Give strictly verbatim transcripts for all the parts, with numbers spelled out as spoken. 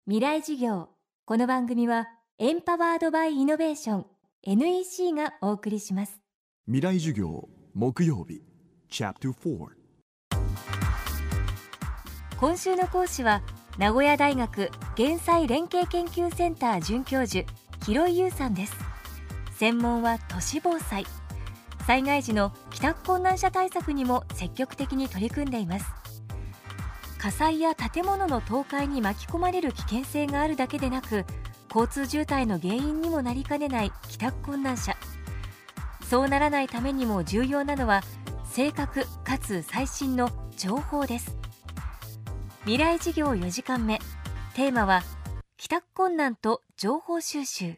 未来事業。この番組はエンパワードバイイノベーション エヌイーシー がお送りします。 未来授業木曜日チャプターフォー。 今週の講師は名古屋大学減災連携研究センター准教授広井優さんです。専門は都市防災、災害時の帰宅困難者対策にも積極的に取り組んでいます。火災や建物の倒壊に巻き込まれる危険性があるだけでなく、交通渋滞の原因にもなりかねない帰宅困難者。そうならないためにも重要なのは正確かつ最新の情報です。未来事業よじかんめ、テーマは帰宅困難と情報収集。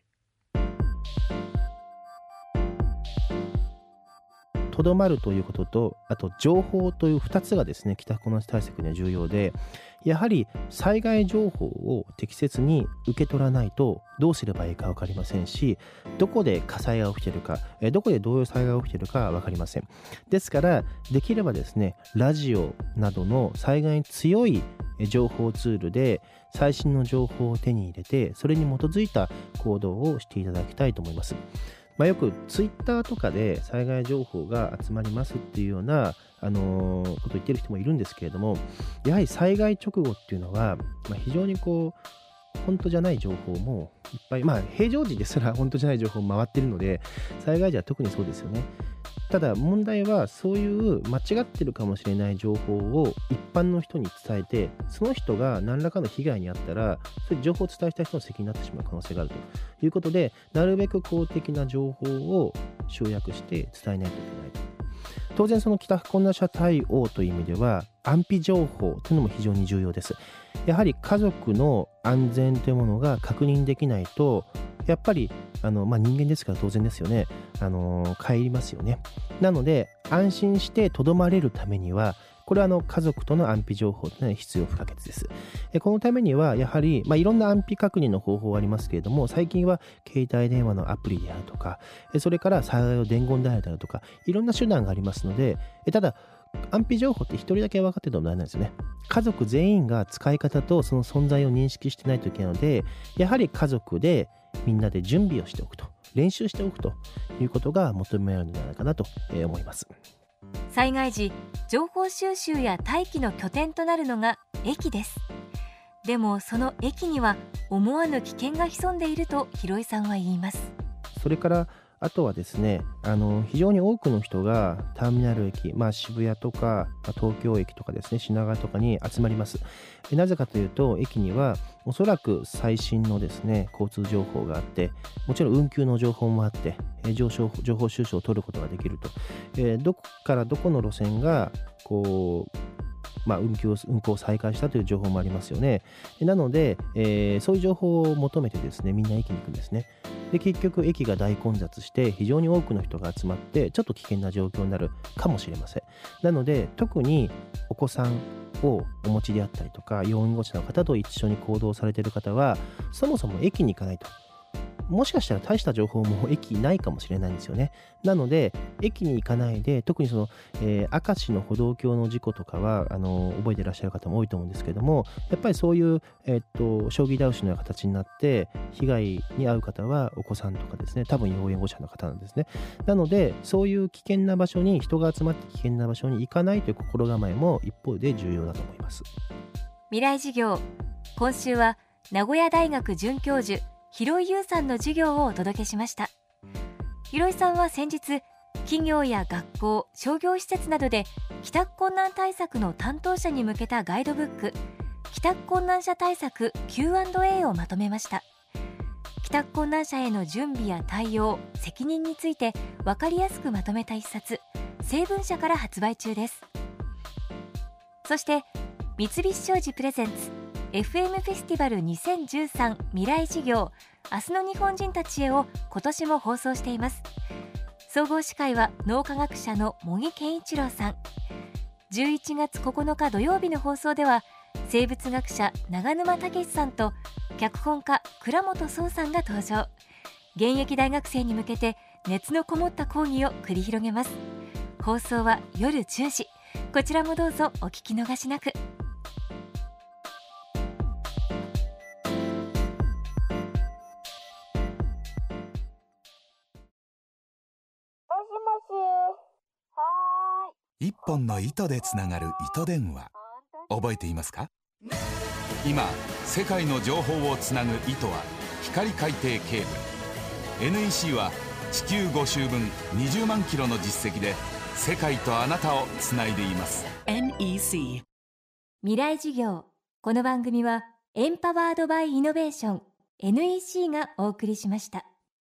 とどまるということと、あと情報というふたつがですね、帰宅困難者対策には重要で、やはり災害情報を適切に受け取らないとどうすればいいか分かりませんし、どこで火災が起きているか、どこで同様災害が起きているか分かりません。ですからできればですね、ラジオなどの災害に強い情報ツールで最新の情報を手に入れて、それに基づいた行動をしていただきたいと思います。まあ、よくツイッターとかで災害情報が集まりますっていうような、あのー、ことを言ってる人もいるんですけれども、やはり災害直後っていうのは、まあ、非常にこう本当じゃない情報もいっぱい、まあ平常時ですら本当じゃない情報回ってるので、災害時は特にそうですよね。ただ問題は、そういう間違ってるかもしれない情報を一般の人に伝えて、その人が何らかの被害に遭ったら、そういう情報を伝えた人の責任になってしまう可能性があるということで、なるべく公的な情報を集約して伝えないといけないと。当然その帰宅困難者対応という意味では、安否情報というのも非常に重要です。やはり家族の安全というものが確認できないと、やっぱりあの、まあ、人間ですから当然ですよね、あの帰りますよね。なので安心してとどまれるためには、これはあの家族との安否情報というのは必要不可欠です。えこのためにはやはり、まあ、いろんな安否確認の方法がありますけれども、最近は携帯電話のアプリであるとか、それから災害の伝言であるとか、いろんな手段がありますので、えただ安否情報って一人だけ分かっててもダメなんですよね。家族全員が使い方とその存在を認識してないといけないので、やはり家族でみんなで準備をしておくと、練習しておくということが求められるのではないかなと思います。 災害時、情報収集や待機の拠点となるのが駅です。でもその駅には思わぬ危険が潜んでいると広井さんは言います。それからあとはですね、あの非常に多くの人がターミナル駅、まあ、渋谷とか、まあ、東京駅とかですね、品川とかに集まります。なぜかというと、駅にはおそらく最新のですね交通情報があって、もちろん運休の情報もあって、情報、情報収集を取ることができると、えー、どこからどこの路線がこうまあ、運休運行を再開したという情報もありますよね。なので、えー、そういう情報を求めてですね、みんな駅に行くんですね。で、結局駅が大混雑して非常に多くの人が集まって、ちょっと危険な状況になるかもしれません。なので特にお子さんをお持ちであったりとか、要援護者の方と一緒に行動されている方は、そもそも駅に行かないと、もしかしたら大した情報も駅ないかもしれないんですよね。なので駅に行かないで、特にその、えー、明石の歩道橋の事故とかはあの覚えていらっしゃる方も多いと思うんですけども、やっぱりそういう、えー、っと将棋倒しのような形になって被害に遭う方はお子さんとかですね、多分要援護者の方なんですね。なのでそういう危険な場所に、人が集まって危険な場所に行かないという心構えも一方で重要だと思います。 未来事業、今週は名古屋大学准教授広井優さんの授業をお届けしました。広井さんは先日、企業や学校、商業施設などで帰宅困難対策の担当者に向けたガイドブック、帰宅困難者対策 キューアンドエー をまとめました。帰宅困難者への準備や対応、責任について分かりやすくまとめた一冊、成文社から発売中です。そして三菱商事プレゼンツエフエム フェスティバルにせんじゅうさん未来事業、明日の日本人たちへを今年も放送しています。総合司会は脳科学者の茂木健一郎さん。じゅういちがつここのか土曜日の放送では、生物学者長沼武さんと脚本家倉本壮さんが登場。現役大学生に向けて熱のこもった講義を繰り広げます。放送は夜じゅうじ。こちらもどうぞお聞き逃しなく。 一本の糸でつながる糸電話、覚えていますか？今世界の情報をつなぐ糸は光海底ケーブル。 エヌイーシー は地球ご周分にじゅうまんキロの実績で世界とあなたをつないでいます。 エヌイーシー未来事業。この番組はエンパワードバイイノベーション エヌイーシー がお送りしました。